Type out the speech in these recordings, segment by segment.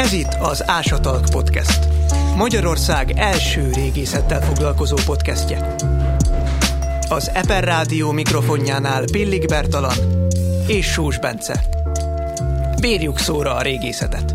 Ez itt az Ásvatalk Podcast. Magyarország első régészettel foglalkozó podcastje. Az Eper Rádió mikrofonjánál Pillik Bertalan és Sós Bence. Bírjuk szóra a régészetet.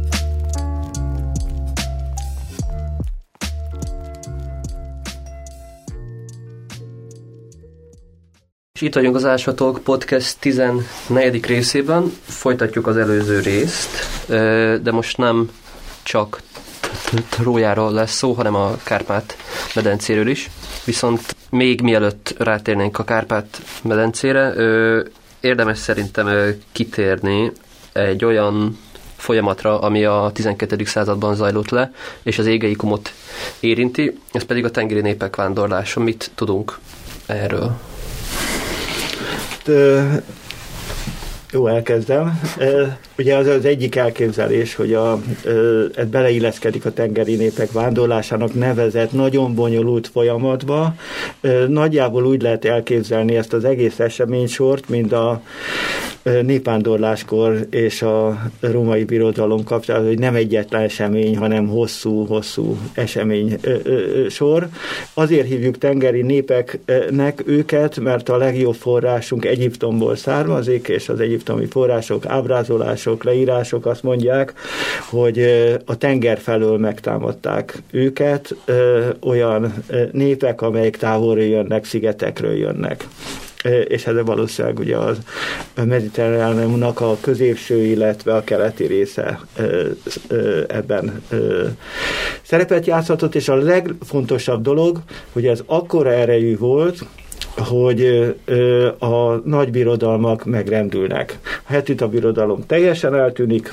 És itt vagyunk az Ásvatalk Podcast 14. részében, folytatjuk az előző részt, de most nem csak Trójáról lesz szó, hanem a Kárpát-medencéről is. Viszont még mielőtt rátérnénk a Kárpát-medencére, érdemes szerintem kitérni egy olyan folyamatra, ami a 12. században zajlott le, és az égeikumot érinti, ez pedig a tengeri népek vándorlása. Mit tudunk erről? Jó, elkezdem. Ugye az egyik elképzelés, hogy ez beleilleszkedik a tengeri népek vándorlásának nevezett nagyon bonyolult folyamatba. Nagyjából úgy lehet elképzelni ezt az egész eseménysort, mint a népvándorláskor és a római birodalom kapcsán, hogy nem egyetlen esemény, hanem hosszú esemény sor. Azért hívjuk tengeri népeknek őket, mert a legjobb forrásunk Egyiptomból származik, és az egyiptomi források, ábrázolások, leírások azt mondják, hogy a tenger felől megtámadták őket olyan népek, amelyek távolról jönnek, szigetekről jönnek. És ez valószínűleg ugye a Mediterráneumnak a középső, illetve a keleti része ebben szerepet játszhatott, és a legfontosabb dolog, hogy ez akkora erejű volt, hogy a nagy birodalmak megrendülnek. A hettita birodalom teljesen eltűnik,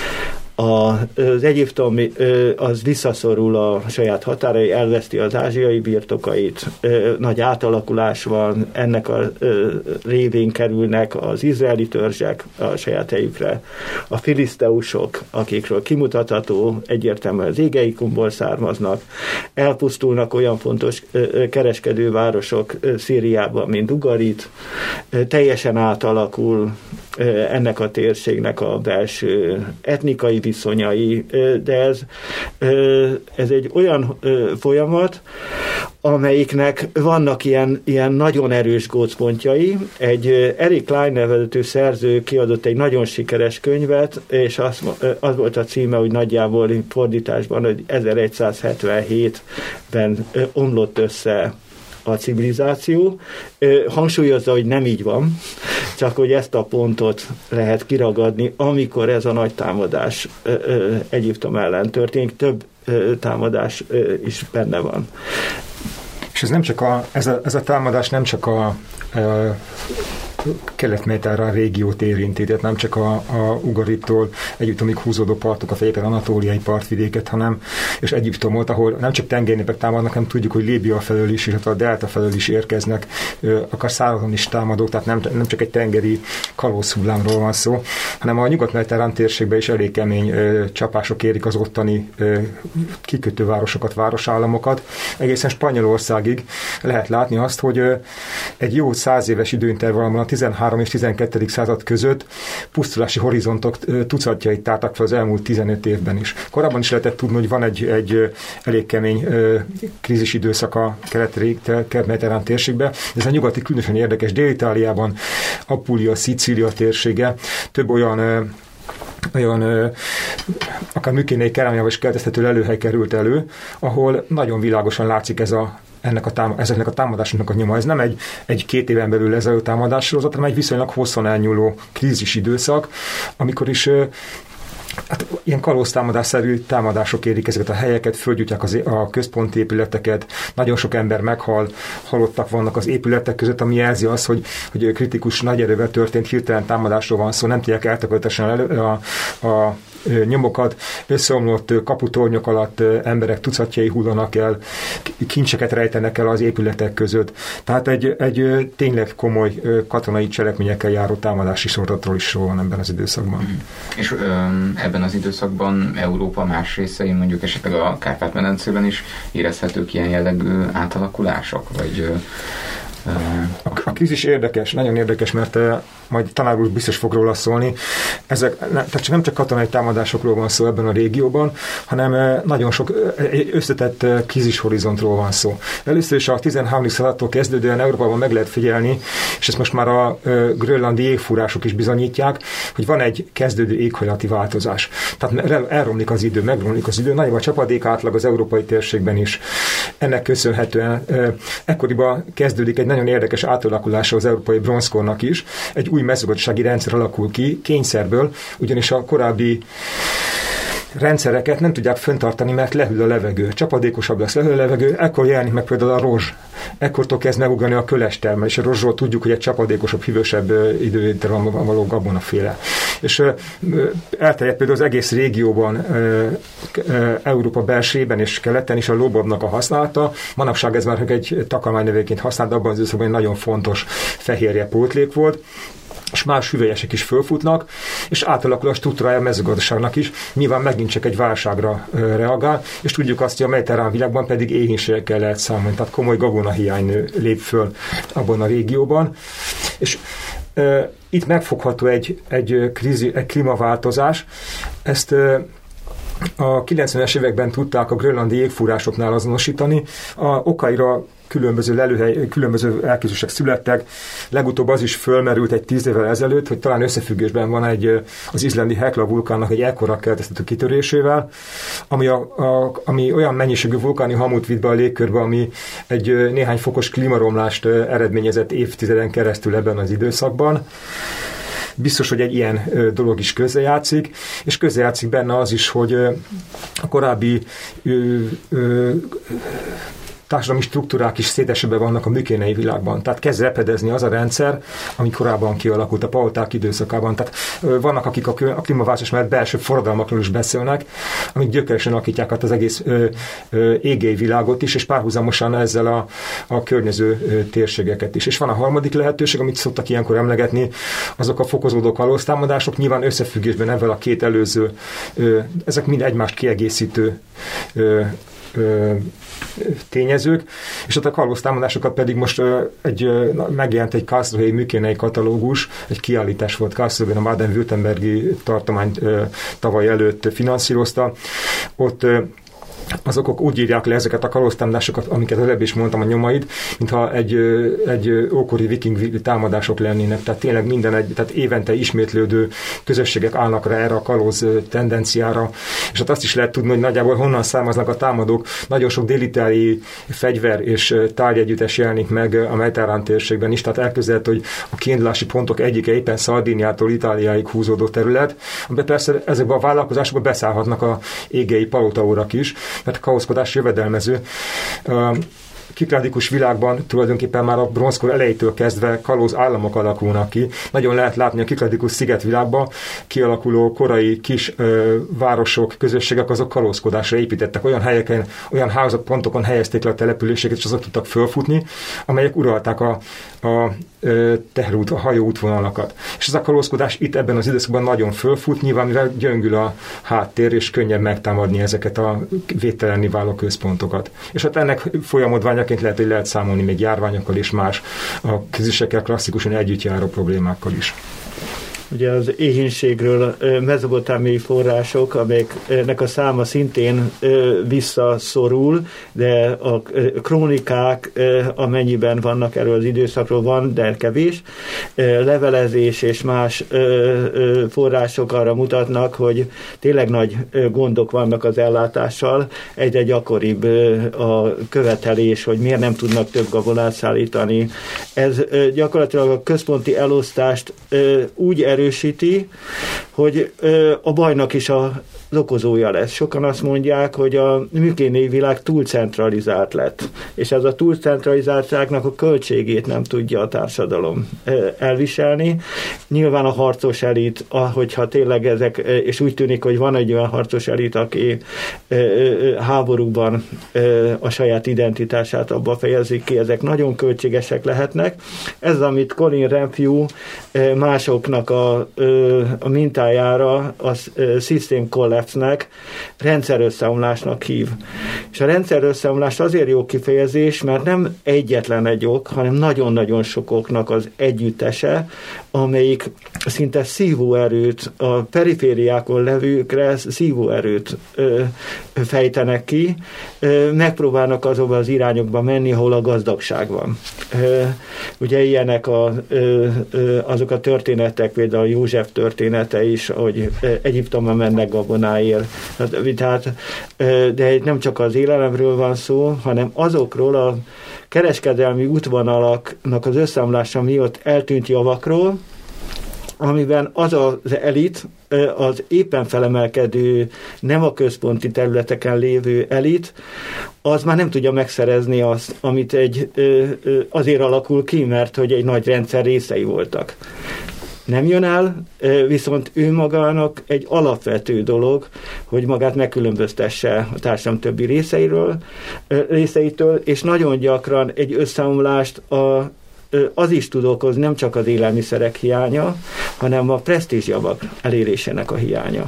az egyiptomi az visszaszorul a saját határai, elveszti az ázsiai birtokait, nagy átalakulás van, ennek a révén kerülnek az izraeli törzsek a saját helyükre, a filiszteusok, akikről kimutatható, egyértelműen az égeikumból származnak, elpusztulnak olyan fontos kereskedővárosok Szíriában, mint Ugarit, teljesen átalakul ennek a térségnek a belső etnikai viszonyai, de ez egy olyan folyamat, amelyiknek vannak ilyen nagyon erős gócpontjai. Egy Eric Klein nevezetű szerző kiadott egy nagyon sikeres könyvet, és az volt a címe, hogy nagyjából fordításban, hogy 1177-ben omlott össze a civilizáció. Hangsúlyozza, hogy nem így van, csak hogy ezt a pontot lehet kiragadni, amikor ez a nagy támadás Egyiptom ellen történik, több támadás is benne van. És ez nem csak ez a támadás nem csak a kelet-mediterrán régiót érinti, tehát nem csak a Ugarittól Egyiptomig húzódó partokat, vagy éppen anatóliai partvidéket, hanem és Egyiptomot, ahol nem csak tengernépek támadnak, hanem tudjuk, hogy Líbia felől is, illetve a delta felől is érkeznek, akár szárazon is támadók, tehát nem csak egy tengeri kalózhullámról van szó, hanem a nyugat-mediterrán térségben is elég kemény csapások érik az ottani kikötővárosokat, városállamokat. Egészen Spanyolországig lehet látni azt, hogy egy jó 100 éves időintervallumban a 13 és 12. század között pusztulási horizontok tucatjait tártak fel az elmúlt 15 évben is. Korábban is lehetett tudni, hogy van egy elég kemény krízis időszak a kelet-mediterrán térségben, de ez a nyugati különösen érdekes. Dél-Itáliában Apulia, Szicília térsége több olyan akár műkéniai kerámiával is kelteztető lelőhely került elő, ahol nagyon világosan látszik ezeknek a támadásoknak a nyoma. Ez nem egy-két éven belül lezajló támadássorozat, hanem egy viszonylag hosszan elnyúló krízis időszak, amikor is ilyen kalóztámadásszerű támadások érik ezeket a helyeket, földgyújtják a központi épületeket, nagyon sok ember meghal, halottak vannak az épületek között, ami jelzi azt, hogy kritikus nagy erővel történt hirtelen támadásról van szó, nem tudják eltakarítani a nyomokat, összeomlott kaputornyok alatt emberek tucatjai hullanak el, kincseket rejtenek el az épületek között. Tehát egy tényleg komoly katonai cselekményekkel járó támadási sorozatról is szó van ebben az időszakban. És ebben az időszakban Európa más részein, mondjuk esetleg a Kárpát-medencében is érezhetők ilyen jellegű átalakulások? Vagy A krízis érdekes, nagyon érdekes, mert majd tanár úr biztos fog róla szólni. Tehát nem csak katonai támadásokról van szó ebben a régióban, hanem nagyon sok összetett krízishorizontról van szó. Először is a 13. századtól kezdődően Európában meg lehet figyelni, és ezt most már a grönlandi jégfúrások is bizonyítják, hogy van egy kezdődő éghajlati változás. Tehát elromlik az idő, megromlik az idő, nagyobb a csapadék átlag az európai térségben is. Ennek köszönhetően ekkoriban kezdődik egy nagyon érdekes átalakulása az európai bronzkornak is. Egy új mezőgazdasági rendszer alakul ki kényszerből, ugyanis a korábbi rendszereket nem tudják fenntartani, mert lehűl a levegő. Csapadékosabb lesz, lehűl a levegő, ekkor jelenik meg például a rozs. Ekkortól kezd megugrani a köles termelés. A rozsról tudjuk, hogy egy csapadékosabb, hűvösebb időintervallumban való gabonaféle. És elterjedt például az egész régióban, Európa belsejében és keleten is a lóbabnak a használata. Manapság ez már egy takarmánynövényként használt, de abban az időszakban egy nagyon fontos fehérje pótlék volt, és más hüvelyesek is fölfutnak, és átalakul a struktúrája a mezőgazdaságnak is, nyilván megint csak egy válságra reagál, és tudjuk azt, hogy a mediterrán világban pedig éhínségekkel lehet számolni, tehát komoly gabonahiány lép föl abban a régióban, és itt megfogható egy klímaváltozás. Ezt a 90-es években tudták a grönlandi jégfúrásoknál azonosítani. A okaira különböző elképzelések születtek. Legutóbb az is fölmerült egy 10 évvel ezelőtt, hogy talán összefüggésben van az izlandi Hekla vulkánnak egy ekkora keletkeztető kitörésével, ami olyan mennyiségű vulkáni hamut vitt be a légkörbe, ami egy néhány fokos klímaromlást eredményezett évtizeden keresztül ebben az időszakban. Biztos, hogy egy ilyen dolog is közrejátszik, és közrejátszik benne az is, hogy a korábbi társadalmi struktúrák is szétesebben vannak a mükénei világban. Tehát kezd repedezni az a rendszer, ami korábban kialakult a paleoták időszakában. Tehát vannak, akik a klímaváltozás mellett belső forradalmakról is beszélnek, amik gyökeresen alakítják át az egész égei világot is, és párhuzamosan ezzel a környező térségeket is. És van a harmadik lehetőség, amit szoktak ilyenkor emlegetni, azok a fokozódó kalóztámadások, nyilván összefüggésben ezzel a két előző, ezek mind egymást kiegészítő tényezők, és ott a kalóztámadásokat pedig most megjelent egy karlsruhei mükénei katalógus, egy kiállítás volt Karlsruhében, a Baden-Württembergi tartomány tavaly előtt finanszírozta. Ott az okok úgy írják le ezeket a kalóztámadásokat, amiket előbb is mondtam a nyomait, mintha egy ókori viking támadások lennének. Tehát tényleg tehát évente ismétlődő közösségek állnak rá erre a kalóz tendenciára, és hát azt is lehet tudni, hogy nagyjából honnan származnak a támadók. Nagyon sok dél-itáliai fegyver és tárgyegyüttes jelenik meg a mediterrán térségben is, tehát elképzelhető, hogy a kiindulási pontok egyike éppen Szardíniától Itáliáig húzódó terület, amiben persze ezekben a vállalkozásokban beszállhatnak a égei palotaurak is, mert a kalózkodás jövedelmező. Kikládikus világban tulajdonképpen már a bronzkor elejétől kezdve kalóz államok alakulnak ki. Nagyon lehet látni a Kikládikus szigetvilágban kialakuló korai kis városok, közösségek, azok kalózkodásra építettek. Olyan helyeken, olyan házakpontokon helyezték le a településeket, és azok tudtak fölfutni, amelyek uralták a teherút, a hajó útvonalakat. És ez a kalózkodás itt ebben az időszakban nagyon fölfut, nyilván mivel gyöngül a háttér, és könnyebb megtámadni ezeket a védtelenné váló központokat. És hát ennek folyamodványaként lehet számolni még járványokkal és más a krízisekkel klasszikusan együtt járó problémákkal is. Ugye az éhínségről mezopotámiai források, amelyeknek a száma szintén visszaszorul, de a krónikák, amennyiben vannak erről az időszakról van, de kevés. Levelezés és más források arra mutatnak, hogy tényleg nagy gondok vannak az ellátással. Egyre gyakoribb a követelés, hogy miért nem tudnak több gabonát szállítani. Ez gyakorlatilag a központi elosztást úgy erősíti, hogy a bajnak is az okozója lesz. Sokan azt mondják, hogy a mükénei világ túlcentralizált lett, és ez a túlcentralizáltságnak a költségét nem tudja a társadalom elviselni. Nyilván a harcos elit, hogyha tényleg ezek, és úgy tűnik, hogy van egy olyan harcos elit, aki háborúban a saját identitását abba fejezik ki, ezek nagyon költségesek lehetnek. Ez, amit Colin Renfrew másoknak a mintájára hatájára az system collapse-nek, rendszerösszeomlásnak hív. És a rendszerösszeomlás azért jó kifejezés, mert nem egyetlen egy ok, hanem nagyon-nagyon sok oknak az együttese, amelyik szinte szívóerőt, a perifériákon levőkre szívóerőt fejtenek ki, megpróbálnak azokba az irányokba menni, ahol a gazdagság van. Ugye ilyenek azok a történetek, például József története is, hogy Egyiptomban mennek gabonáért. Tehát, de nem csak az élelemről van szó, hanem azokról a kereskedelmi útvonalaknak az összeomlása miatt eltűnt javakról, amiben az az elit, az éppen felemelkedő, nem a központi területeken lévő elit, az már nem tudja megszerezni azt, amit azért alakul ki, mert hogy egy nagy rendszer részei voltak. Nem jön el, viszont ő magának egy alapvető dolog, hogy magát megkülönböztesse a társadalom többi részeitől, és nagyon gyakran egy összeomlást az is tud okozni, nem csak az élelmiszerek hiánya, hanem a presztízsjavak elérésének a hiánya.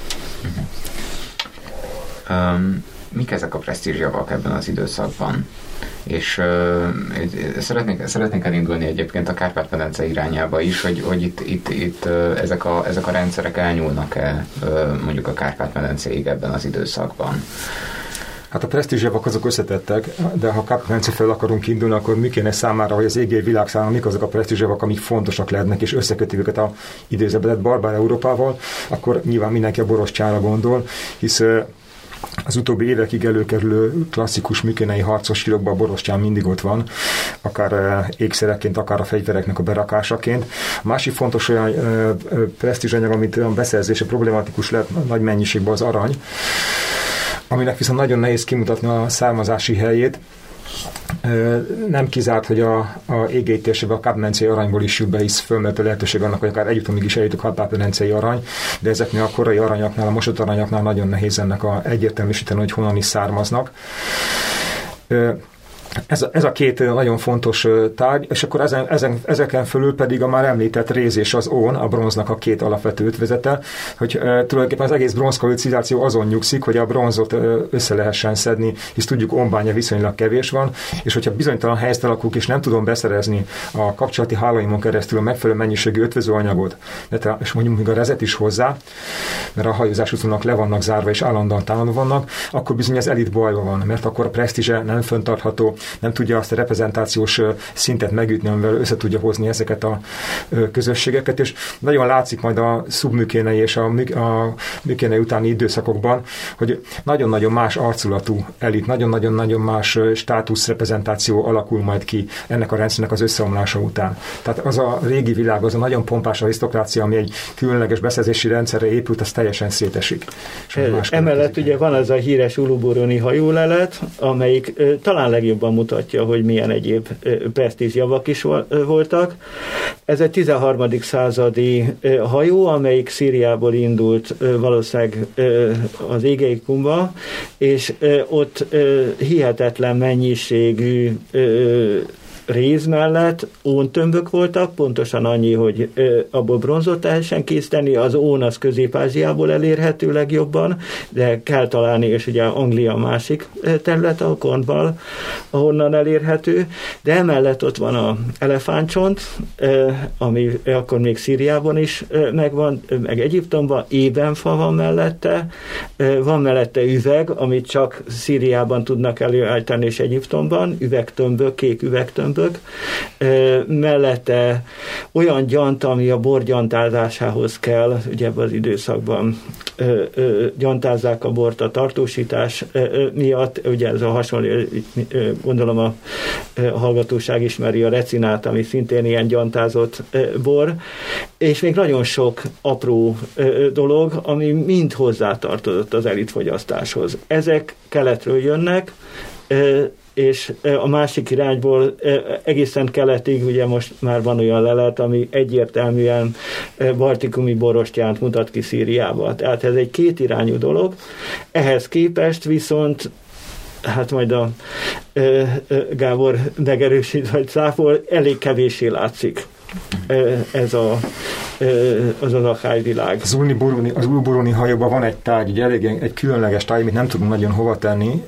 Mik ezek a presztízsjavak ebben az időszakban? És szeretnénk elindulni egyébként a Kárpát-medence irányába is, hogy itt ezek a rendszerek elnyúlnak-e mondjuk a Kárpát-medencéig ebben az időszakban? Hát a presztízsjavak azok összetettek, de ha Kárpát-medence fel akarunk indulni, akkor mi kéne számára, hogy az égéi világ számára mik azok a presztízsjavak, amik fontosak lehetnek, és összekötik őket a idézőbelet barbár Európával, akkor nyilván mindenki a borostyára gondol, hisz az utóbbi évekig előkerülő klasszikus mükénei harcos hírokban a borostyán mindig ott van, akár ékszerekként, akár a fegyvereknek a berakásaként. A másik fontos olyan presztízsanyag, amit a beszerzése problematikus lehet nagy mennyiségben, az arany, aminek viszont nagyon nehéz kimutatni a származási helyét. Nem kizárt, hogy a égei térségben a Kárpát-medencei aranyból is jut be, hisz fölmerült a lehetőség annak, hogy akár Egyiptomig is eljut a Kárpát-medencei arany, de ezeknél a korai aranyaknál, a mosott aranyaknál nagyon nehéz ennek egyértelműsíteni, hogy honnan is származnak. Ez a két nagyon fontos tárgy, és akkor ezeken fölül pedig a már említett réz és az ón, a bronznak a két alapvető ötvezete, hogy tulajdonképpen az egész bronzkori civilizáció azon nyugszik, hogy a bronzot össze lehessen szedni, hisz tudjuk, onbánya viszonylag kevés van, és hogyha bizonytalan helyzet alakul, és nem tudom beszerezni a kapcsolati hálóimon keresztül a megfelelő mennyiségű ötvözőanyagot, és mondjuk még a rezet is hozzá, mert a hajózás útvonalak le vannak zárva és állandóan támadva vannak, akkor bizony az elit bajban van, mert akkor a presztízse nem fenntartható, nem tudja azt a reprezentációs szintet megütni, amivel össze tudja hozni ezeket a közösségeket, és nagyon látszik majd a szubmükénei és a mükénei utáni időszakokban, hogy nagyon-nagyon más arculatú elit, nagyon-nagyon más státuszreprezentáció alakul majd ki ennek a rendszernek az összeomlása után. Tehát az a régi világ, az a nagyon pompás arisztokrácia, ami egy különleges beszerzési rendszerre épült, az teljesen szétesik. Emellett ugye van az a híres uluboroni hajólelet, amelyik talán legjobban mutatja, hogy milyen egyéb presztízsjavak is voltak. Ez egy 13. századi hajó, amelyik Szíriából indult valószínűleg az Égeikumba, és ott hihetetlen mennyiségű réz mellett óntömbök voltak, pontosan annyi, hogy abból bronzot lehessen készíteni, az ón az Közép-Ázsiából elérhető legjobban, de kell találni, és ugye Anglia másik terület, a Cornwall, ahonnan elérhető, de emellett ott van a elefántcsont, ami akkor még Szíriában is megvan, meg Egyiptomban, ébenfa van mellette üveg, amit csak Szíriában tudnak előállítani, és Egyiptomban, üvegtömbök, kék üvegtömbök, mellette olyan gyant, ami a bor gyantázásához kell, ugye ebben az időszakban gyantázzák a bort a tartósítás miatt, ugye ez a hasonló, gondolom a hallgatóság ismeri a recinát, ami szintén ilyen gyantázott bor, és még nagyon sok apró dolog, ami mind hozzátartozott az elitfogyasztáshoz. Ezek keletről jönnek, és a másik irányból egészen keletig, ugye most már van olyan lelet, ami egyértelműen baltikumi borostyánt mutat ki Szíriába. Tehát ez egy kétirányú dolog. Ehhez képest viszont hát majd a Gábor megerősít, vagy cáfol, elég kevéssé látszik ez a az akárvilág. Az Ulburuni hajóban van egy tárgy, egy különleges tárgy, amit nem tudunk nagyon hova tenni,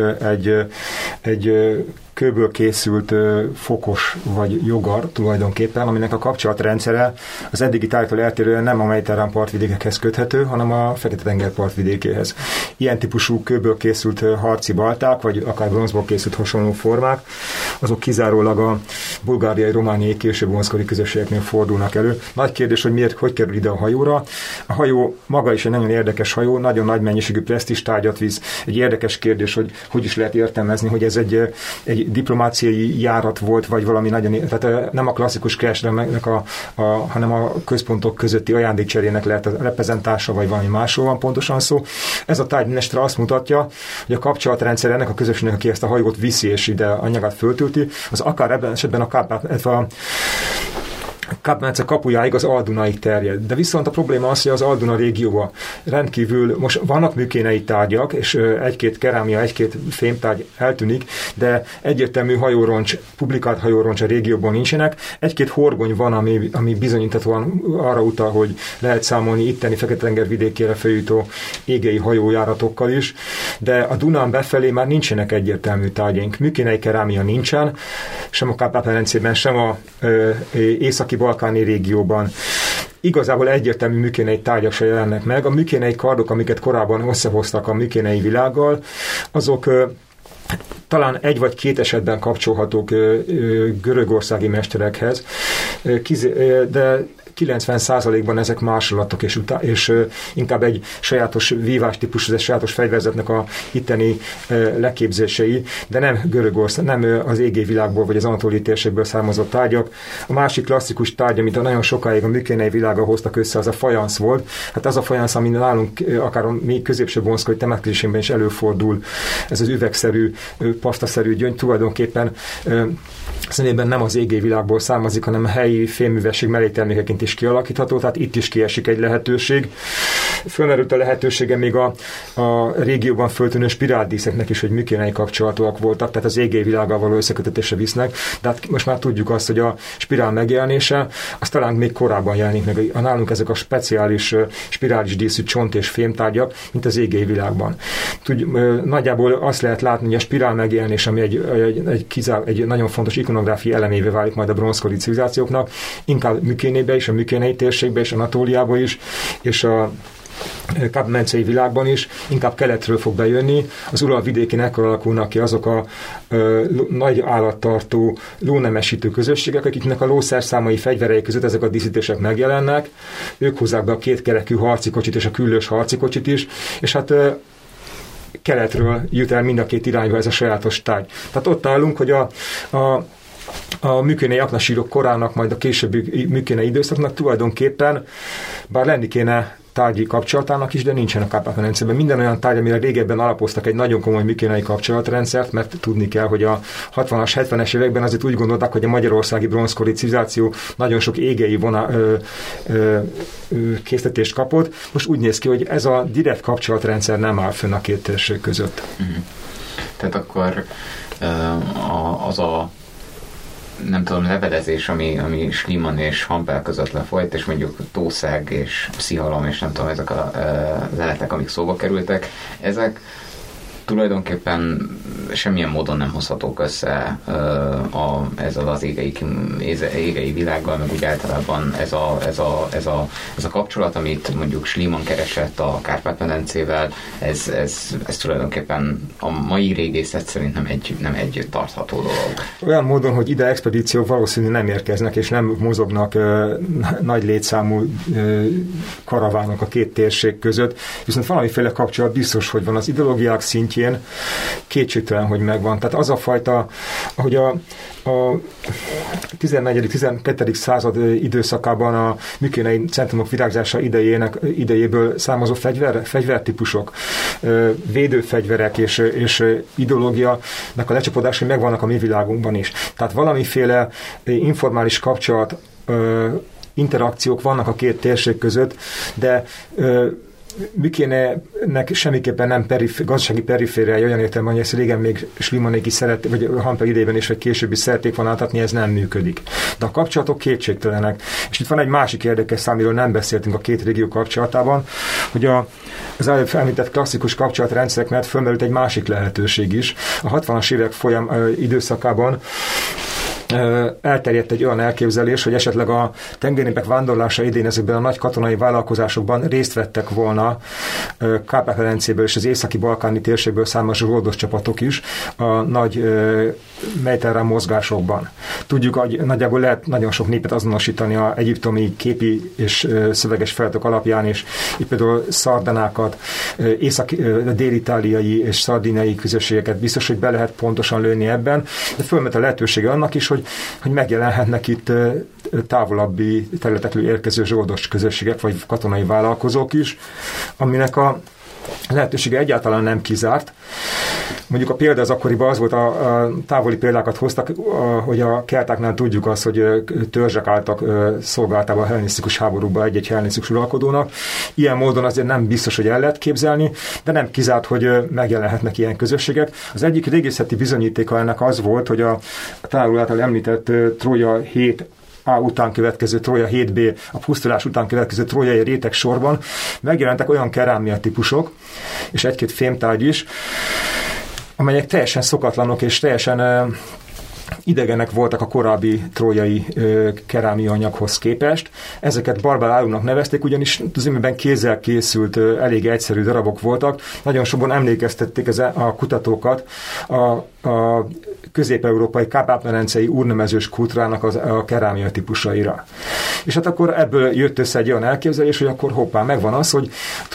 egy kőből készült fokos vagy jogar tulajdonképpen, aminek a kapcsolatrendszere az eddigi tárgytól eltérően nem a mediterrán partvidékekhez köthető, hanem a Fekete-tenger partvidékéhez. Ilyen típusú kőből készült harci balták, vagy akár bronzból készült hasonló formák, azok kizárólag a bulgáriai, romániai később bronzkori közösségeknél fordulnak elő. Nagy kérdés, hogy hogy kerül ide a hajóra. A hajó maga is egy nagyon érdekes hajó, nagyon nagy mennyiségű presztízs tárgyat visz. Egy érdekes kérdés, hogy is lehet értelmezni, hogy ez egy diplomáciai járat volt, vagy valami nagyon, tehát nem a klasszikus kereskedelemnek hanem a központok közötti ajándékcserének lehet a reprezentása, vagy valami másról van pontosan szó. Ez a tárgy mindenesetre azt mutatja, hogy a kapcsolatrendszer ennek a közösségnek, aki ezt a hajót viszi és ide anyagát föltölti, az akár ebben esetben a Kárpát-medence kapujáig az Al-Dunáig terjed. De viszont a probléma az, hogy az Al-Duna régióban rendkívül, most vannak műkénei tárgyak, és egy-két kerámia, egy-két fémtárgy eltűnik, de egyértelmű hajóroncs, publikált hajóroncs a régióban nincsenek. Egy-két horgony van, ami bizonyítatóan arra utal, hogy lehet számolni itteni Fekete-tenger vidékére feljutó égei hajójáratokkal is, de a Dunán befelé már nincsenek egyértelmű tárgyaink. Műkénei kerámia nincsen, sem a Kárpát-medencében, sem a északi-balkáni régióban. Igazából egyértelmű műkénei tárgyak se jelennek meg. A műkénei kardok, amiket korábban összehoztak a műkénei világgal, azok talán egy vagy két esetben kapcsolhatók görögországi mesterekhez, de 90%-ban ezek másolatok, és inkább egy sajátos vívástípusú, egy sajátos fegyverzetnek a itteni leképzései, de nem Görögország, nem az égei világból, vagy az anatóliai térségből származott tárgyak. A másik klasszikus tárgy, amit nagyon sokáig a műkénei világgal hoztak össze, az a fajansz volt. Hát az a fajansz, ami nálunk akár a még középső bronzkori temetkezésében is előfordul, ez az üvegszerű, pasztaszerű gyöngy, tulajdonképpen szemében nem az égei világból származik, hanem a helyi fémművesség melléktermékeként is kialakítható, tehát itt is kiesik egy lehetőség. Fölmerült a lehetősége még a régióban föltűnő spiráldíszeknek is, hogy műkénei kapcsolatúak voltak, tehát az égei világgal való összekötetésre visznek, de hát most már tudjuk azt, hogy a spirál megjelenése, az talán még korábban jelenik meg. Nálunk ezek a speciális spirális díszű csont és fémtárgyak, mint az égei világban. Nagyjából azt lehet látni, hogy a spirál megjelenés, ami egy nagyon fontos ikonográfiai elemévé válik majd a bronzkori civilizációknak, inkább műkénébe is, a műkénei térségbe is, Anatóliába is, és a Kárpát-medencei világban is, inkább keletről fog bejönni. Az Ural vidékén ekkor alakulnak ki azok a nagy állattartó, lónemesítő közösségek, akiknek a lószerszámai fegyverei között ezek a díszítések megjelennek. ők hozzák be a kétkerekű harcikocsit és a küllős harcikocsit is, és hát keletről jut el mind a két irányba ez a sajátos tárgy. Tehát ott állunk, hogy a műkénei aknasírok korának, majd a későbbi műkénei időszaknak tulajdonképpen, bár lenni kéne tárgyi kapcsolatának is, de nincsen a Kárpát-medencében. Minden olyan tárgy, amire régebben alapoztak egy nagyon komoly műkénei kapcsolatrendszert, mert tudni kell, hogy a 60-as, 70-es években azért úgy gondolták, hogy a magyarországi bronzkori civilizáció nagyon sok égei készletést kapott. Most úgy néz ki, hogy ez a direkt kapcsolatrendszer nem áll fönn a két térség között. Mm. Tehát akkor az a nem tudom, levelezés, ami Schliemann és Hampel között lefolyt, és mondjuk Tószeg és Pszihalom, és nem tudom, ezek a leletek, amik szóba kerültek, ezek tulajdonképpen semmilyen módon nem hozhatók össze ezzel az égei világgal, meg úgy általában ez a kapcsolat, amit mondjuk Schliemann keresett a Kárpát-medencével, ez tulajdonképpen a mai régészet szerint nem egy tartható dolog. Olyan módon, hogy ide expedíciók valószínűleg nem érkeznek, és nem mozognak nagy létszámú karavánok a két térség között, viszont valamiféle kapcsolat biztos, hogy van az ideológiák szintjén, kétségtelen, hogy megvan. Tehát az a fajta, ahogy a 14.-12. század időszakában a műkénei centrumok virágzása idejéből származó fegyvertípusok, védőfegyverek és ideológiának a lecsapódásai megvannak a mi világunkban is. Tehát valamiféle informális kapcsolat, interakciók vannak a két térség között, de Mikének semmiképpen nem gazdasági perifériája, olyan értelemben, hogy ezt régen még Slimanék is szerették, vagy Hampel idejében is, vagy később is szerették volna átadni, ez nem működik. De a kapcsolatok kétségtelenek. És itt van egy másik érdekes szám, amiről nem beszéltünk a két régió kapcsolatában, hogy az előbb említett klasszikus kapcsolatrendszerek mellett fölmerült egy másik lehetőség is. A 60-as évek időszakában elterjedt egy olyan elképzelés, hogy esetleg a tengernépek vándorlása idén ezekben a nagy katonai vállalkozásokban részt vettek volna Kárpát-medencéből és az északi-balkáni térségből származó zsoldos csapatok is a nagy mediterrán mozgásokban. Tudjuk, hogy nagyjából lehet nagyon sok népet azonosítani a egyiptomi képi és szöveges feladatok alapján, és itt például szardanákat, dél-itáliai és szardiniai közösségeket biztos, hogy be lehet pontosan lőni ebben, de fölmet a lehetősége annak is, hogy megjelenhetnek itt távolabbi területekről érkező zsoldos közösségek, vagy katonai vállalkozók is, aminek a lehetősége egyáltalán nem kizárt. Mondjuk a példa az akkoriban az volt, a távoli példákat hoztak, hogy a keltáknál tudjuk azt, hogy törzsek álltak szolgáltában a hellenisztikus háborúban egy-egy hellenisztikus uralkodónak. Ilyen módon azért nem biztos, hogy el lehet képzelni, de nem kizárt, hogy megjelenhetnek ilyen közösségek. Az egyik régészeti bizonyítéka ennek az volt, hogy a tanár által említett Trója 7A után következő Trója 7B, a pusztulás után következő trójai réteg sorban megjelentek olyan kerámia típusok, és egy-két fémtárgy is, amelyek teljesen szokatlanok és teljesen idegenek voltak a korábbi trójai kerámia anyaghoz képest. Ezeket barbárálónak nevezték, ugyanis az imiben kézzel készült, elég egyszerű darabok voltak. Nagyon sokban emlékeztették a kutatókat a közép-európai Kárpát-medencei úrnemezős kultúrának a kerámia típusaira. És hát akkor ebből jött össze egy olyan elképzelés, hogy akkor hoppá, megvan az, hogy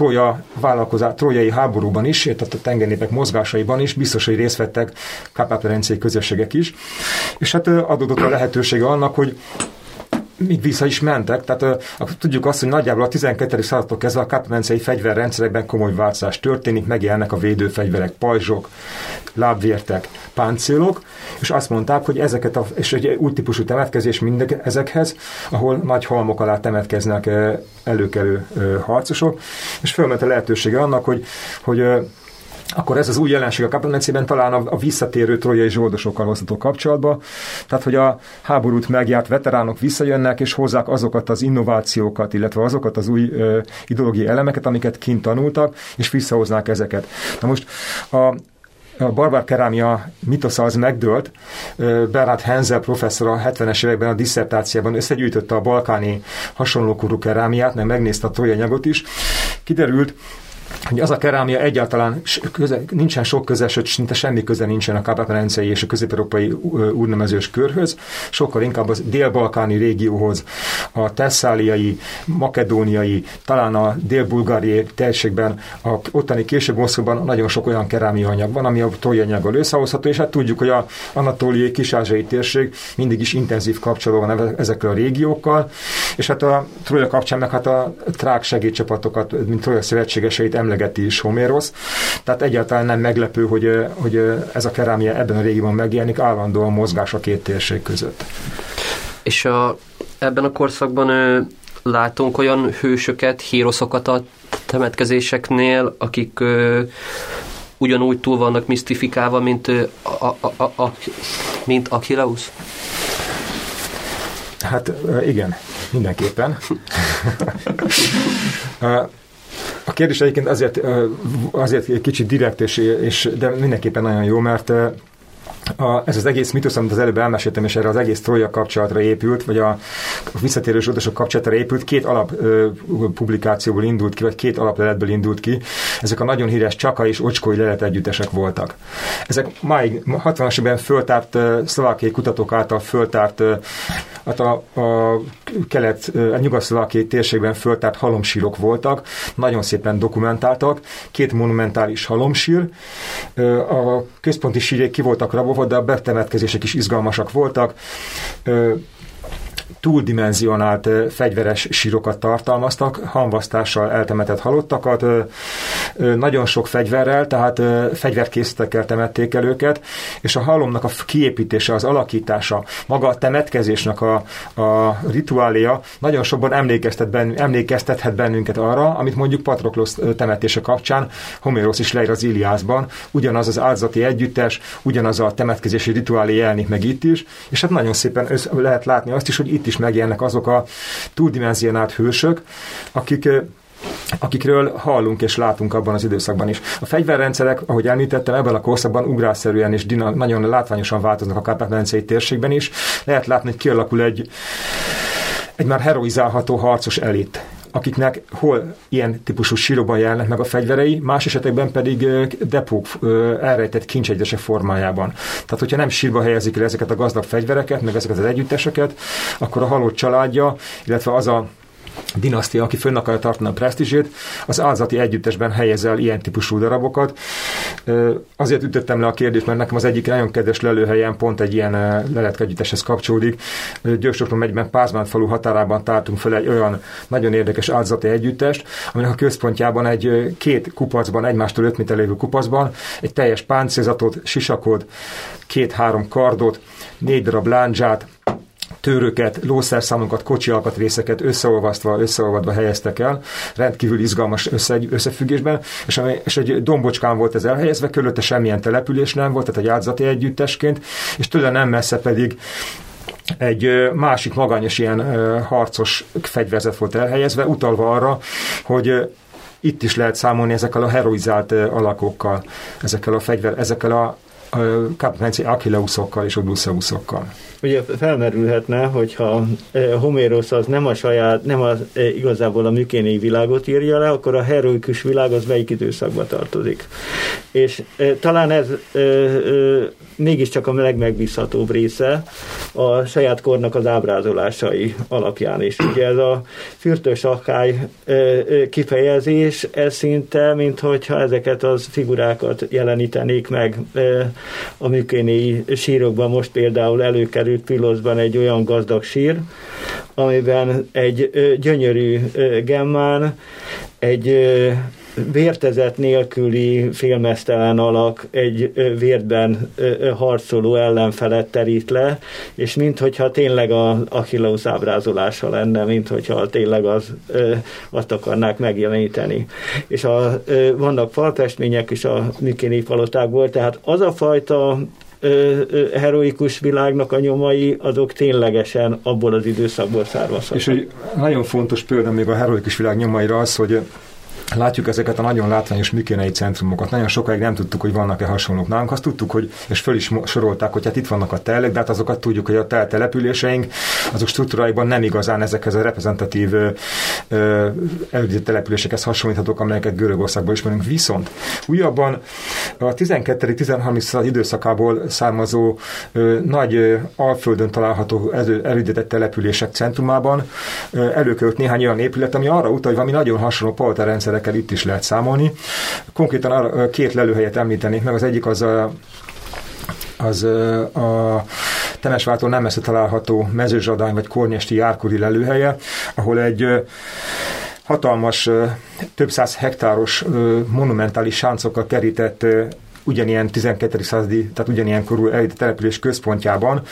trójai háborúban is, tehát a tengernépek mozgásaiban is biztos, hogy részt vettek Kárpát-medencei közösségek is. És hát adódott a lehetősége annak, hogy még vissza is mentek, tehát tudjuk azt, hogy nagyjából a 12. századtól kezdve a Kárpát-medencei fegyverrendszerekben komoly változás történik, megjelennek a védőfegyverek, pajzsok, lábvértek, páncélok, és azt mondták, hogy ezeket és egy új típusú temetkezés ezekhez, ahol nagy halmok alá temetkeznek előkelő harcosok, és fölment a lehetősége annak, hogy akkor ez az új jelenség a Kárpát-medencében talán a visszatérő trójai zsoldosokkal hozható kapcsolatba, tehát hogy a háborút megjárt veteránok visszajönnek, és hozzák azokat az innovációkat, illetve azokat az új ideológiai elemeket, amiket kint tanultak, és visszahoznák ezeket. Na most a barbár kerámia mitosza az megdőlt. Bernhard Henzel professzor a 70-es években a disszertáciában összegyűjtötte a balkáni hasonlókorú kerámiát, meg megnézte a trójai anyagot is. Kiderült, hogy az a kerámia egyáltalán nincsen sok köze, sőt, szinte semmi köze nincsen a Kárpát-medencei és a közép-európai úrnemezős körhöz, sokkal inkább az dél-balkáni régióhoz, a tesszáliai, makedóniai, talán a dél-bulgáriai térségben, a ottani később Moszkvában nagyon sok olyan kerámia anyag van, ami a trójai anyaggal összehozható, és hát tudjuk, hogy az anatóliai kis-ázsiai térség mindig is intenzív kapcsolatban van ezekkel a régiókkal, és hát a Trója kapcsán meg hát a trák segédcsapatokat, mint Trója szövetségeseit emlegeti is Homérosz, tehát egyáltalán nem meglepő, hogy ez a kerámia ebben a régióban megjelenik, állandóan mozgás a két térség között. És ebben a korszakban látunk olyan hősöket, híroszokat a temetkezéseknél, akik ugyanúgy túl vannak misztifikálva, mint Achilleus? Hát igen, mindenképpen. A kérdés egyébként azért kicsit direkt, de mindenképpen nagyon jó, mert ez az egész mitosz, amit az előbb elmeséltem, és erre az egész Trója kapcsolatra épült, vagy a visszatérő zsoldosok kapcsolatra épült, két alappublikációból indult ki, vagy két alapleletből indult ki. Ezek a nagyon híres Csaka és Ocskói leletegyüttesek voltak. Ezek máig 60-as évben föltárt, szlovákiai kutatók által föltárt, a nyugat-szlovákiai térségben föltárt halomsírok voltak, nagyon szépen dokumentáltak, két monumentális halomsír, a központi sírjék ki voltak rabolva, de a betemetkezések is izgalmasak voltak. túldimenzionált fegyveres sírokat tartalmaztak, hamvasztással eltemetett halottakat, nagyon sok fegyverrel, tehát fegyverkészletekkel temették el őket, és a halomnak a kiépítése, az alakítása, maga a temetkezésnek a rituália nagyon sokban emlékeztethet bennünket arra, amit mondjuk Patroklosz temetése kapcsán Homérosz is leír az Iliászban, ugyanaz az áldozati együttes, ugyanaz a temetkezési rituálé jelenik meg itt is, és hát nagyon szépen lehet látni azt is, hogy itt is megjelennek azok a túldimenzionált hősök, akikről hallunk és látunk abban az időszakban is. A fegyverrendszerek, ahogy említettem, ebben a korszakban ugrásszerűen és nagyon látványosan változnak a Kárpát-medencei térségben is. Lehet látni, hogy kialakul egy már heroizálható harcos elit, akiknek hol ilyen típusú sírokban jelennek meg a fegyverei, más esetekben pedig depók elrejtett kincsegyesek formájában. Tehát, hogyha nem sírba helyezik el ezeket a gazdag fegyvereket, meg ezeket az együtteseket, akkor a halott családja, illetve az a dinasztia, aki fönn akarja tartani a presztízsét, az áldozati együttesben helyez el ilyen típusú darabokat. Azért ütöttem le a kérdést, mert nekem az egyik nagyon kedves lelőhelyen pont egy ilyen leletek együtteshez kapcsolódik. Győr-Sopron megyben Pázmánd falu határában tártunk fel egy olyan nagyon érdekes áldozati együttest, aminek a központjában két kupacban, egymástól 5 méter lévő kupacban egy teljes páncélzatot, sisakot, 2-3 kardot, 4 darab lándzsát, tőröket, lószerszámokat, kocsi alkatrészeket összeolvadva helyeztek el, rendkívül izgalmas összefüggésben, és egy dombocskán volt ez elhelyezve, körülötte semmilyen település nem volt, tehát egy áldozati együttesként, és tőle nem messze pedig egy másik magányos ilyen harcos fegyverzet volt elhelyezve, utalva arra, hogy itt is lehet számolni ezekkel a heroizált alakokkal, ezekkel a Kárpát-medencei Achilleuszokkal és Odysseuszokkal. Ugye felmerülhetne, hogyha Homérosz az nem igazából a mükénéi világot írja le, akkor a heroikus világ az melyik időszakba tartozik. És talán ez mégiscsak a legmegbízhatóbb része a saját kornak az ábrázolásai alapján is. Ugye ez a fürtös akkály kifejezés, ez szinte, minthogyha ezeket az figurákat jelenítenék meg a mükénéi sírokban. Most például előkerült Piloszban egy olyan gazdag sír, amiben egy gyönyörű gemmán, egy vértezet nélküli félmeztelen alak egy vértben harcoló ellenfelet terít le, és minthogyha tényleg az Achilleus ábrázolása lenne, minthogyha tényleg azt akarnák megjeleníteni. És vannak falfestmények is a mükéni palotákból, tehát az a fajta heroikus világnak a nyomai, azok ténylegesen abból az időszakból származhatnak. És egy nagyon fontos példa még a heroikus világ nyomaira az, hogy látjuk ezeket a nagyon látványos mükénei centrumokat. Nagyon sokáig nem tudtuk, hogy vannak-e hasonlók nálunk. Azt tudtuk, hogy, és föl is sorolták, hogy hát itt vannak a telek, de hát azokat tudjuk, hogy a településeink, azok struktúráiban nem igazán ezekhez a reprezentatív elődített településekhez hasonlíthatók, amelyeket Görögországból ismerünk. Viszont újabban a 12.-13. időszakából származó nagy Alföldön található elődített települések centrumában előkerült néhány olyan épület, ami arra utal, hogy valami nagyon hasonló palotárrendszerekkel itt is lehet számolni. Konkrétan két lelőhelyet említenék meg. Az egyik az a Temesvártól nem messze található Mezőzsadány vagy Kornyesti járkori lelőhelye, ahol egy hatalmas, több száz hektáros monumentális sáncokkal kerített ugyanilyen 12. századi, tehát ugyanilyen korú elődített település központjában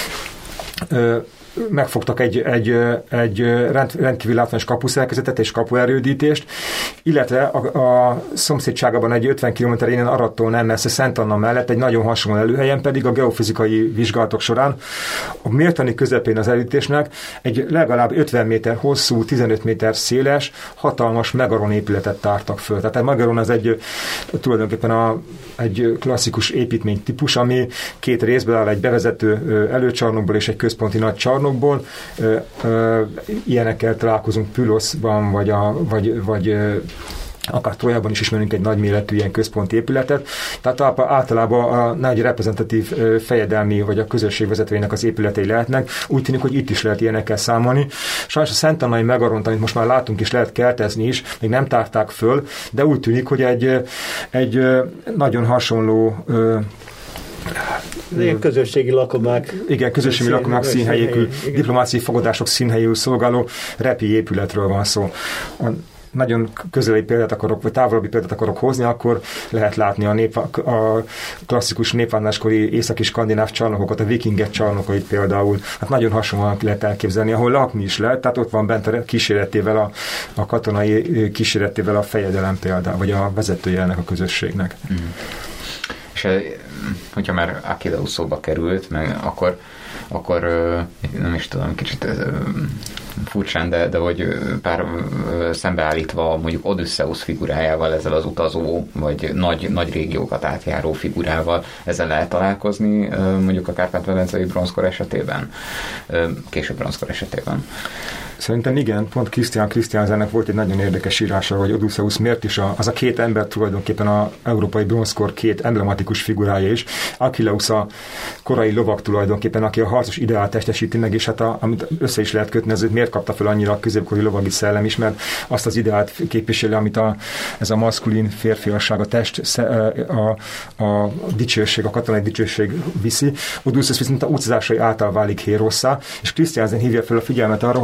megfogtak egy rendkívül látványos kapuszerkezetet és kapuerődítést, illetve a szomszédságában egy 50 km innen Arattól nem messze Szent Anna mellett egy nagyon hasonló előhelyen pedig a geofizikai vizsgálatok során a mértani közepén az elütésnek egy legalább 50 méter hosszú, 15 méter széles, hatalmas megaron épületet tártak föl. Tehát a megaron az tulajdonképpen egy klasszikus építménytípus, ami két részből áll, egy bevezető előcsarnokból és egy központi nagy csarnokból. Ilyenekkel találkozunk Püloszban, vagy akár Trójában is ismerünk egy nagyméretű ilyen központi épületet. Tehát általában a nagy reprezentatív fejedelmi vagy a közösség vezetőinek az épületei lehetnek. Úgy tűnik, hogy itt is lehet ilyenekkel számolni. Sajnos a Szent Annai megaront, amit most már látunk és lehet kertezni is, még nem tárták föl, de úgy tűnik, hogy egy nagyon hasonló ilyen közösségi lakomák. Igen, közösségi lakomák színhelyékül, diplomáciai fogadások színhelyéül szolgáló repi épületről van szó. Nagyon közeli példát akarok, vagy távolabbi példát akarok hozni, akkor lehet látni a klasszikus népvándorláskori északi skandináv csarnokokat, a vikingek csarnokait például. Hát nagyon hasonlóan lehet elképzelni, ahol lakni is lehet, tehát ott van bent a kíséretével, a katonai kíséretével a fejedelem például, vagy a vezetője ennek a közösségnek. Mm. És hogyha már Achilleus szóba került, meg akkor nem is tudom, kicsit furcsán, de hogy pár szembeállítva mondjuk Odysseus figurájával, ezzel az utazó, vagy nagy régiókat átjáró figurával, ezzel lehet találkozni mondjuk a Kárpát-medencei bronzkor esetében, később bronzkor esetében. Szerintem igen, pont Krisztiánzennek volt egy nagyon érdekes írása, hogy Odysseus miért is az a két ember tulajdonképpen az európai bronzkor két emblematikus figurája is. Achilleus a korai lovag tulajdonképpen, aki a harcos ideált testesíti meg, és hát amit össze is lehet kötni, azért miért kapta fel annyira a középkori lovagi szellem is, mert azt az ideált képviseli, amit ez a maszkulin férfiasság, a test, a dicsőség, a katonai dicsőség viszi. Odysseus viszont a utazásai által válik hérosszá, és Krisztiánzen hívja fel a figyelmet arra,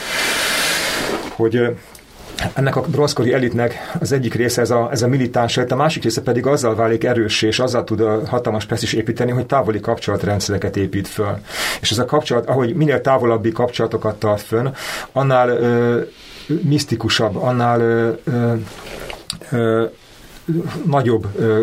hogy ennek a bronzkori elitnek az egyik része ez a militáns elit, a másik része pedig azzal válik erőssé, és azzal tud hatalmas presztízs építeni, hogy távoli kapcsolatrendszereket épít föl. És ez a kapcsolat, ahogy minél távolabbi kapcsolatokat tart fönn, annál misztikusabb, annál nagyobb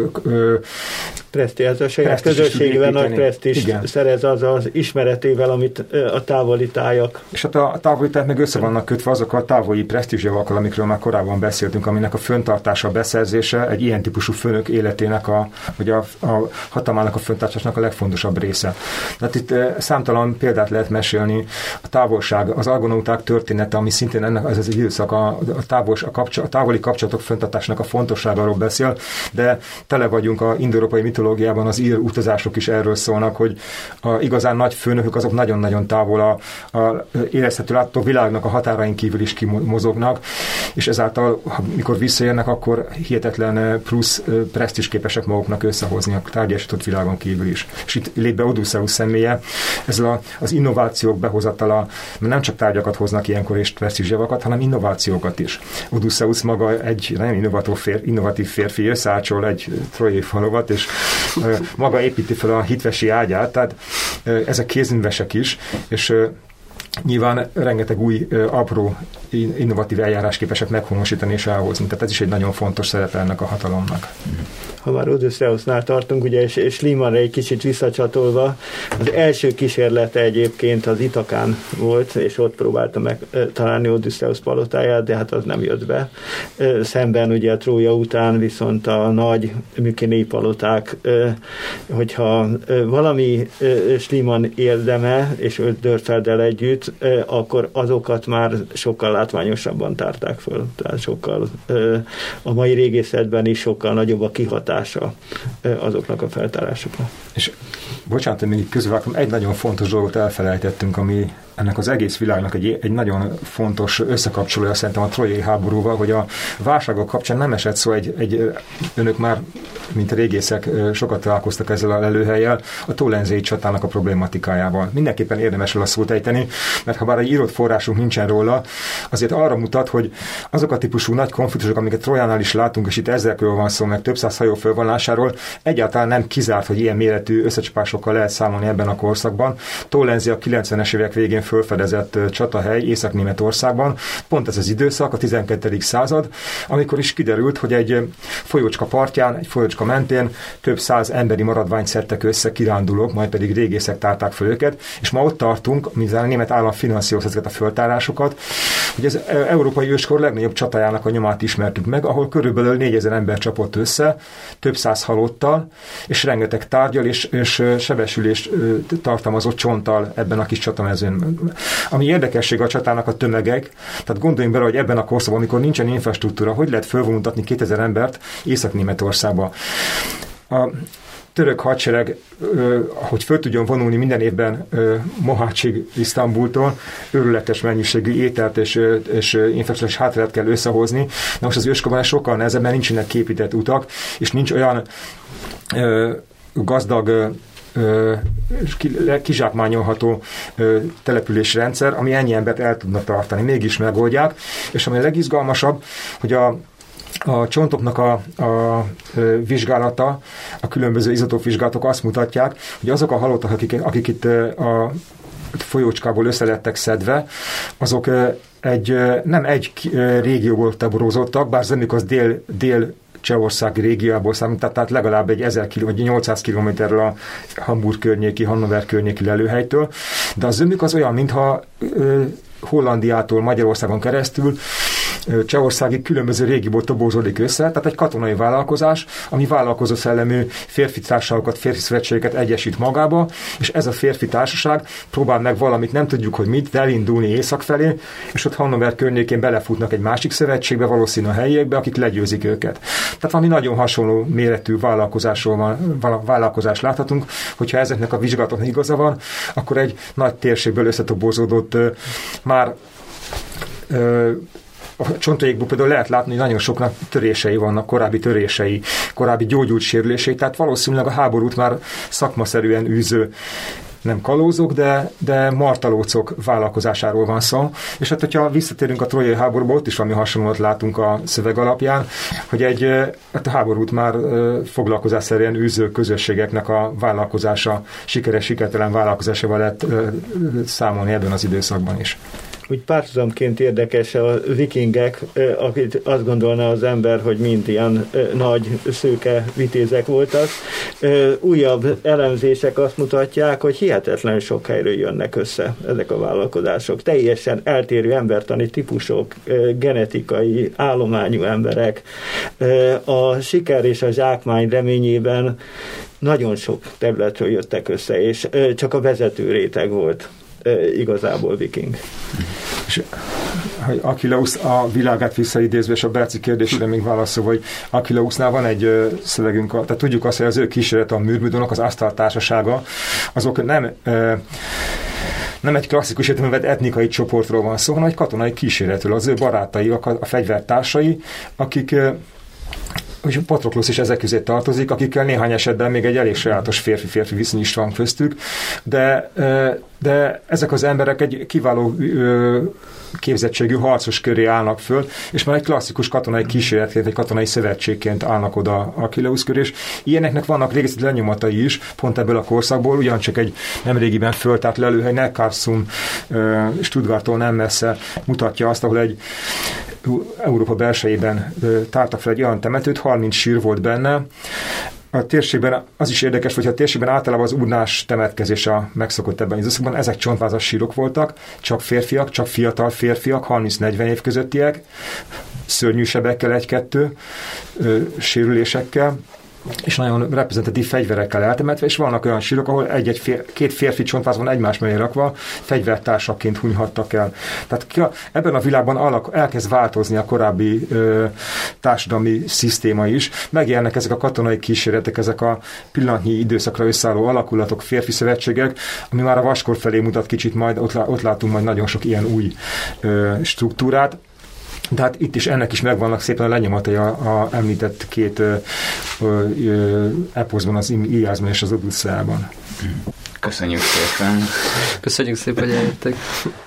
ez a saját közösségben nagy presztízs szerez az ismeretével, amit a távoli tájak. És hát a távoli tájak meg össze vannak kötve azokkal a távoli presztízsjavakkal, amikről már korábban beszéltünk, aminek a föntartása, a beszerzése egy ilyen típusú főnök életének, vagy a hatalmának a föntartásnak a legfontosabb része. Tehát itt számtalan példát lehet mesélni. A távolság, az argonauták története, ami szintén ennek az időszak a távoli kapcsolatok föntartásnak a fontosságáról beszél, de tele vagyunk a indoeurópai mitológiában, az ír utazások is erről szólnak, hogy igazán nagy főnökök azok nagyon-nagyon távol a érezhető látható világnak a határain kívül is kimozognak, és ezáltal, mikor visszaérnek, akkor hihetetlen plusz presztízs képesek maguknak összehozni a tárgyasított világon kívül is. És itt lép be Odysseus személye, ezzel az innovációk behozatala, mert nem csak tárgyakat hoznak ilyenkor és presztízsjavakat, hanem innovációkat is. Odysseus maga egy nagyon innovatív férfi, összeácsol egy trójai faluvat, és maga építi fel a hitvesi ágyát, tehát ezek kézművesek is, és nyilván rengeteg új, apró, innovatív eljárás képesek meghonosítani és elhozni. Tehát ez is egy nagyon fontos szerepe ennek a hatalomnak. Ha már Odysseusnál tartunk, ugye, és Schliemannra egy kicsit visszacsatolva, az első kísérlete egyébként az Itakán volt, és ott próbálta megtalálni Odysseus palotáját, de hát az nem jött be. Szemben ugye a Trója után viszont a nagy mükénéi paloták, hogyha valami Schliemann érdeme, és Dörfelddel együtt, akkor azokat már sokkal látványosabban tárták föl. Tehát sokkal a mai régészetben is sokkal nagyobb a kihatása azoknak a feltárásoknak. És bocsánat, hogy még közülvágom, egy nagyon fontos dolgot elfelejtettünk, ami ennek az egész világnak egy nagyon fontos összekapcsolója szerintem a trójai háborúval, hogy a válságok kapcsán nem esett szó önök már, mint régészek, sokat találkoztak ezzel a lelőhellyel, a tolenzei csatának a problématikájával. Mindenképpen érdemes róla szót ejteni, mert ha bár egy írott forrásunk nincsen róla, azért arra mutat, hogy azok a típusú nagy konfliktusok, amiket Trójánál is látunk, és itt ezekről van szó, meg több száz hajó fölvonulásáról, egyáltalán nem kizárt, hogy ilyen méretű összecsapásokkal lehet számolni ebben a korszakban. Tollenzi a 90-es évek végén fölfedezett csatahely Észak-Németországban. Pont ez az időszak, a 12. század, amikor is kiderült, hogy egy folyócska partján, egy folyócska mentén több száz emberi maradványt szedtek össze kirándulók, majd pedig régészek tárták föl őket, és ma ott tartunk, mivel a német állam finanszírozza ezeket a föltárásokat, hogy az európai őskor legnagyobb csatájának a nyomát ismertük meg, ahol körülbelül 4000 ember csapott össze, több száz halottal, és rengeteg tárgyal és sebesülést tartalmazott csonttal ebben a kis csatamezőn. Ami érdekesség a csatának a tömegek, tehát gondoljunk bele, hogy ebben a korszakban, amikor nincsen infrastruktúra, hogy lehet fölvonultatni 2000 embert Észak-Németországba. A török hadsereg, hogy föl tudjon vonulni minden évben Mohácsig Isztambultól, őrületes mennyiségű ételt és infrastruktúrás hátteret kell összehozni. Na most az őskorban ez sokkal nehezebb, mert nincsenek képített utak, és nincs olyan gazdag kizsákmányolható települési rendszer, ami ennyi embert el tudna tartani. Mégis megoldják, és ami a legizgalmasabb, hogy a csontoknak a vizsgálata, a különböző izotópvizsgálatok azt mutatják, hogy azok a halottak, akik itt a folyócskából összelettek szedve, azok nem egy régióból táborozottak, bár zömük az dél-csehországi régióból számít, tehát legalább egy 1000 vagy 800 kilométerről a Hamburg környéki, Hannover környéki lelőhelytől, de a zömük az olyan, mintha Hollandiától Magyarországon keresztül csehországi különböző régióból tobózódik össze, tehát egy katonai vállalkozás, ami vállalkozó szellemű férfi társaságokat, férfi szövetségeket egyesít magába, és ez a férfi társaság próbál meg valamit, nem tudjuk, hogy mit, de elindulni észak felé, és ott Hannover környékén belefutnak egy másik szövetségbe, valószínű a helyiekbe, akik legyőzik őket. Tehát valami nagyon hasonló méretű vállalkozást láthatunk, hogyha ezeknek a vizsgálatoknak igaza van, akkor egy nagy térségből összetobózódott már a csontaikból például lehet látni, hogy nagyon soknak törései vannak, korábbi gyógyult sérülései, tehát valószínűleg a háborút már szakmaszerűen űző nem kalózok, de martalócok vállalkozásáról van szó. És hát, hogyha visszatérünk a trójai háborúba, ott is valami hasonlót látunk a szöveg alapján, hogy a háborút már foglalkozásszerűen űző közösségeknek a vállalkozása, sikertelen vállalkozásával lehet számolni ebben az időszakban is. Úgy párhuzamként érdekes a vikingek, akit azt gondolná az ember, hogy mind ilyen nagy, szőke vitézek voltak. Újabb elemzések azt mutatják, hogy hihetetlen sok helyről jönnek össze ezek a vállalkozások. Teljesen eltérő embertani típusok, genetikai állományú emberek. A siker és a zsákmány reményében nagyon sok területről jöttek össze, és csak a vezető réteg volt igazából viking. És hogy Achilleus a világát visszaidézve, és a Berci kérdésére még válaszolva, hogy Achilleusnál van egy szövegünk, tehát tudjuk azt, hogy az ő kísérlet a Mürmidonok, az asztal társasága, azok nem egy klasszikus értelemben vett etnikai csoportról van szó, hanem egy katonai kísérletről. Az ő barátai, a fegyvertársai, akik és Patroklosz is ezek közé tartozik, akikkel néhány esetben még egy elég sajátos férfi-férfi viszony is van köztük, de ezek az emberek egy kiváló képzettségű harcos köré állnak föl, és már egy klasszikus katonai kísérletként, egy katonai szövetségként állnak oda Achilleus köré, és ilyeneknek vannak régészeti lenyomatai is, pont ebből a korszakból, ugyancsak egy nemrégiben föltárt lelőhely, Neckarsum, Stuttgarttól nem messze mutatja azt, ahol egy Európa belsejében tártak fel egy olyan temetőt, 30 sír volt benne. A térségben az is érdekes, hogy a térségben általában az urnás temetkezés a megszokott ebben az időszakban, ezek csontvázas sírok voltak, csak férfiak, csak fiatal férfiak, 30-40 év közöttiek, szörnyű sebekkel, egy-kettő sérülésekkel, és nagyon reprezentatív fegyverekkel eltemetve, és vannak olyan sírok, ahol két férfi csontváz van egymás mellé rakva, fegyvertársaként hunyhattak el. Tehát ebben a világban elkezd változni a korábbi társadalmi szisztéma is. Megjelennek ezek a katonai kísérletek, ezek a pillanatnyi időszakra összeálló alakulatok, férfi szövetségek, ami már a vaskor felé mutat kicsit, majd ott látunk majd nagyon sok ilyen új struktúrát. De hát itt is ennek is megvannak szépen a lenyomatai a említett két eposzban, az Iliászban és az Odüsszeában. Köszönjük szépen! Köszönjük szépen, hogy eljöttek!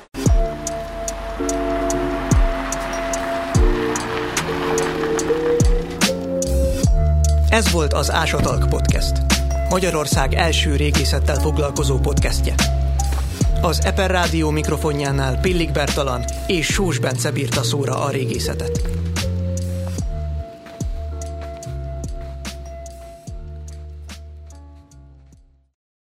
Ez volt az Ásatalk Podcast, Magyarország első régészettel foglalkozó podcastje. Az Eper Rádió mikrofonjánál Pillik Bertalan és Sós Bence bírta szóra a régészetet.